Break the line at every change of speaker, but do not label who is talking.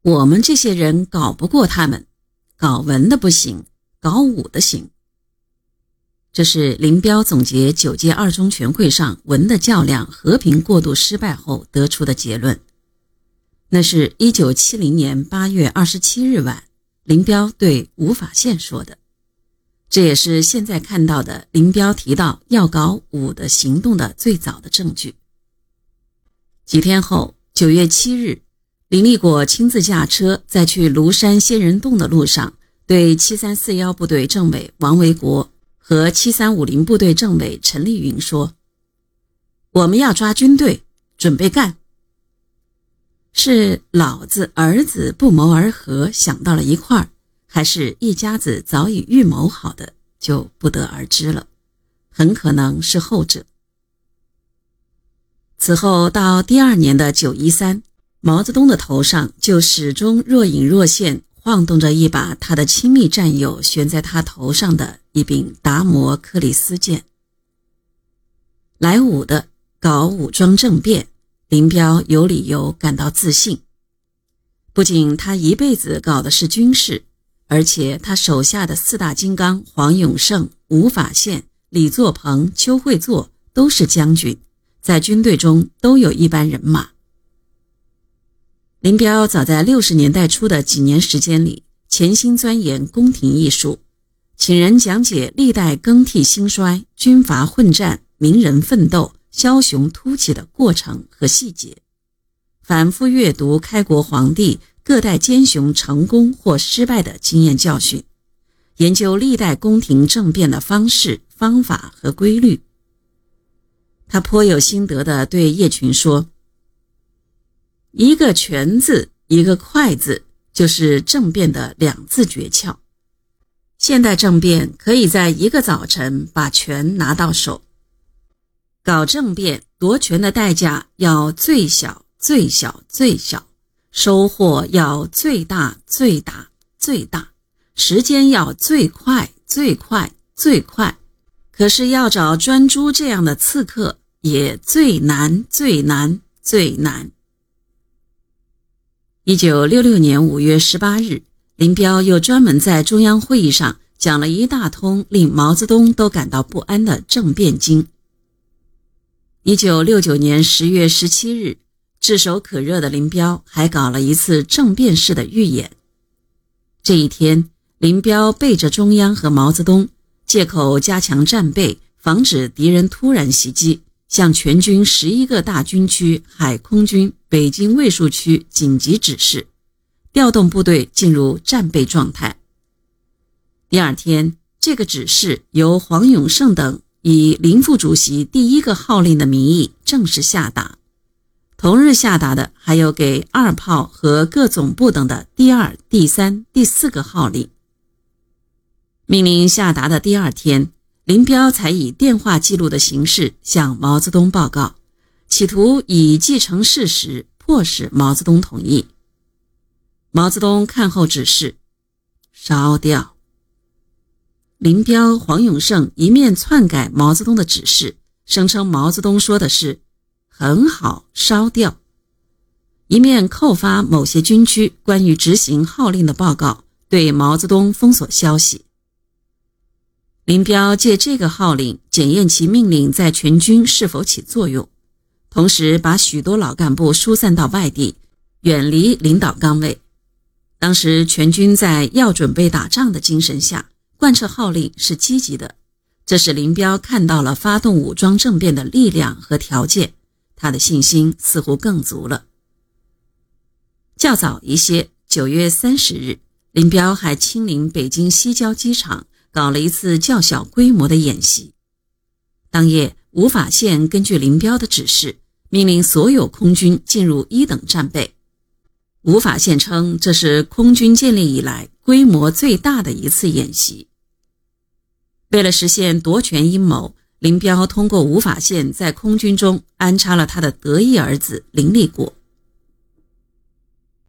我们这些人搞不过他们，搞文的不行，搞武的行。这是林彪总结9届二中全会上文的较量和平过渡失败后得出的结论。那是1970年8月27日晚，林彪对吴法宪说的。这也是现在看到的林彪提到要搞武的行动的最早的证据。几天后，9月7日，林立果亲自驾车在去庐山仙人洞的路上，对7341部队政委王维国和7350部队政委陈立云说：我们要抓军队，准备干。是老子儿子不谋而合想到了一块儿，还是一家子早已预谋好的，就不得而知了，很可能是后者。此后到第2年的913，毛泽东的头上就始终若隐若现晃动着一把他的亲密战友悬在他头上的一柄达摩克里斯剑。来武的，搞武装政变，林彪有理由感到自信。不仅他一辈子搞的是军事，而且他手下的4大金刚黄永胜、吴法宪、李作鹏、邱会作都是将军，在军队中都有一班人马。林彪早在60年代初的几年时间里，潜心钻研宫廷艺术，请人讲解历代更替兴衰、军阀混战、名人奋斗、枭雄突起的过程和细节，反复阅读开国皇帝各代奸雄成功或失败的经验教训，研究历代宫廷政变的方式、方法和规律。他颇有心得地对叶群说：一个权字，一个快字，就是政变的2字诀窍。现代政变可以在一个早晨把权拿到手。搞政变夺权的代价要最小最小最小，收获要最大最大最大，时间要最快最快最快，可是要找专诸这样的刺客也最难最难最难。1966年5月18日，林彪又专门在中央会议上讲了一大通令毛泽东都感到不安的政变经。1969年10月17日，炙手可热的林彪还搞了一次政变式的预演。这一天，林彪背着中央和毛泽东，借口加强战备，防止敌人突然袭击，向全军11个大军区、海空军、北京卫戍区紧急指示，调动部队进入战备状态。第2天，这个指示由黄永胜等以林副主席第1个号令的名义正式下达。同日下达的还有给2炮和各总部等的第2、第3、第4个号令。命令下达的第2天，林彪才以电话记录的形式向毛泽东报告，企图以既成事实迫使毛泽东同意。毛泽东看后指示烧掉。林彪、黄永胜一面篡改毛泽东的指示，声称毛泽东说的是很好，烧掉，一面扣发某些军区关于执行号令的报告，对毛泽东封锁消息。林彪借这个号令检验其命令在全军是否起作用，同时把许多老干部疏散到外地，远离领导岗位。当时全军在要准备打仗的精神下，贯彻号令是积极的，这使林彪看到了发动武装政变的力量和条件，他的信心似乎更足了。较早一些，9月30日，林彪还亲临北京西郊机场，搞了一次较小规模的演习。当夜，吴法宪根据林彪的指示，命令所有空军进入1等战备。吴法宪称这是空军建立以来规模最大的一次演习。为了实现夺权阴谋，林彪通过吴法宪在空军中安插了他的得意儿子林立果。